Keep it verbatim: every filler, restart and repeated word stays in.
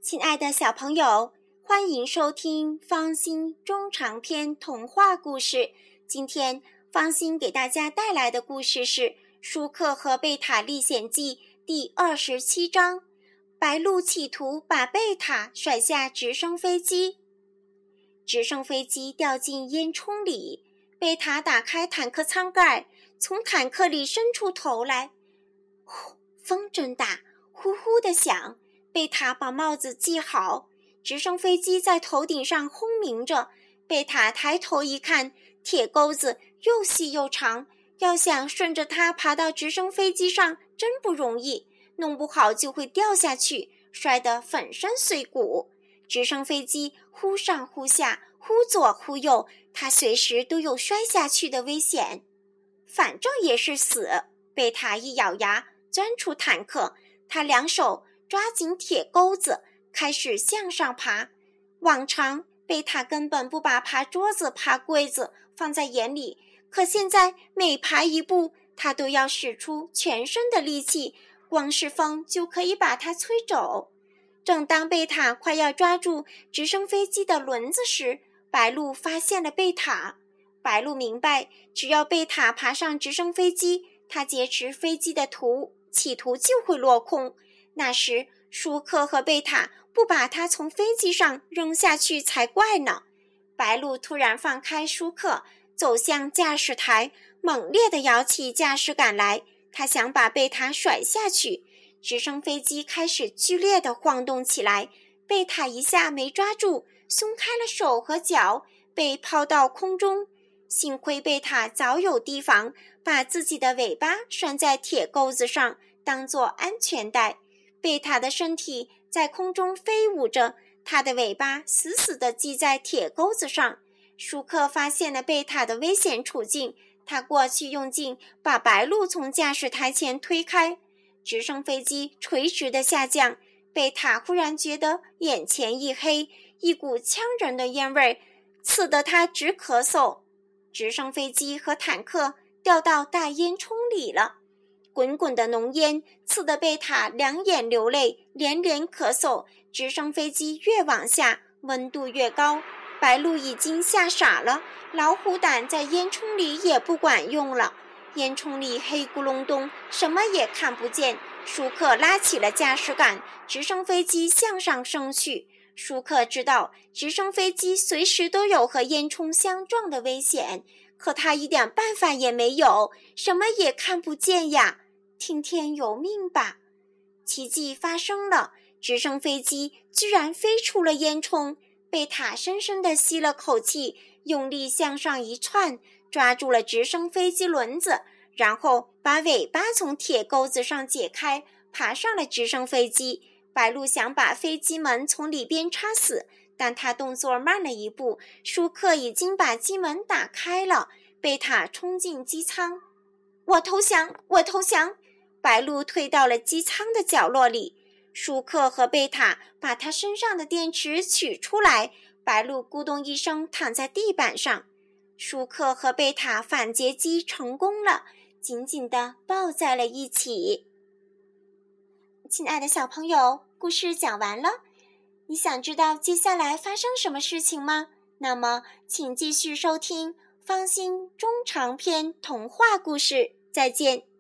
亲爱的小朋友，欢迎收听方欣中长篇童话故事。今天方欣给大家带来的故事是《舒克和贝塔历险记》第二十七章，白鹭企图把贝塔甩下直升飞机。直升飞机掉进烟囱里，贝塔打开坦克舱盖，从坦克里伸出头来。呼，风真大，呼呼地响。贝塔把帽子系好，直升飞机在头顶上轰鸣着。贝塔抬头一看，铁钩子又细又长，要想顺着它爬到直升飞机上真不容易，弄不好就会掉下去，摔得粉身碎骨。直升飞机忽上忽下，忽左忽右，它随时都有摔下去的危险。反正也是死，贝塔一咬牙钻出坦克，他两手抓紧铁钩子，开始向上爬。往常贝塔根本不把爬桌子爬柜子放在眼里，可现在每爬一步他都要使出全身的力气，光是风就可以把它吹走。正当贝塔快要抓住直升飞机的轮子时，白鹭发现了贝塔。白鹭明白，只要贝塔爬上直升飞机，他劫持飞机的图企图就会落空。那时舒克和贝塔不把他从飞机上扔下去才怪呢。白鹭突然放开舒克，走向驾驶台，猛烈地摇起驾驶杆来，他想把贝塔甩下去。直升飞机开始剧烈地晃动起来，贝塔一下没抓住，松开了手和脚，被抛到空中。幸亏贝塔早有提防，把自己的尾巴拴在铁钩子上，当作安全带。贝塔的身体在空中飞舞着，他的尾巴死死地系在铁钩子上。舒克发现了贝塔的危险处境，他过去用劲把白鹭从驾驶台前推开。直升飞机垂直地下降，贝塔忽然觉得眼前一黑，一股呛人的烟味刺得他直咳嗽。直升飞机和坦克掉到大烟囱里了，滚滚的浓烟刺得贝塔两眼流泪，连连咳嗽。直升飞机越往下，温度越高，白鹭已经吓傻了，老虎胆在烟囱里也不管用了。烟囱里黑咕隆咚，什么也看不见。舒克拉起了驾驶杆，直升飞机向上升去。舒克知道直升飞机随时都有和烟囱相撞的危险，可他一点办法也没有，什么也看不见呀。听天由命吧。奇迹发生了，直升飞机居然飞出了烟囱。贝塔深深地吸了口气，用力向上一窜，抓住了直升飞机轮子，然后把尾巴从铁钩子上解开，爬上了直升飞机。白鹭想把飞机门从里边插死，但他动作慢了一步，舒克已经把机门打开了。贝塔冲进机舱，我投降，我投降！白鹭退到了机舱的角落里。舒克和贝塔把他身上的电池取出来，白鹭咕咚一声躺在地板上。舒克和贝塔反劫机成功了，紧紧地抱在了一起。亲爱的小朋友，故事讲完了，你想知道接下来发生什么事情吗？那么请继续收听方欣中长篇童话故事，再见。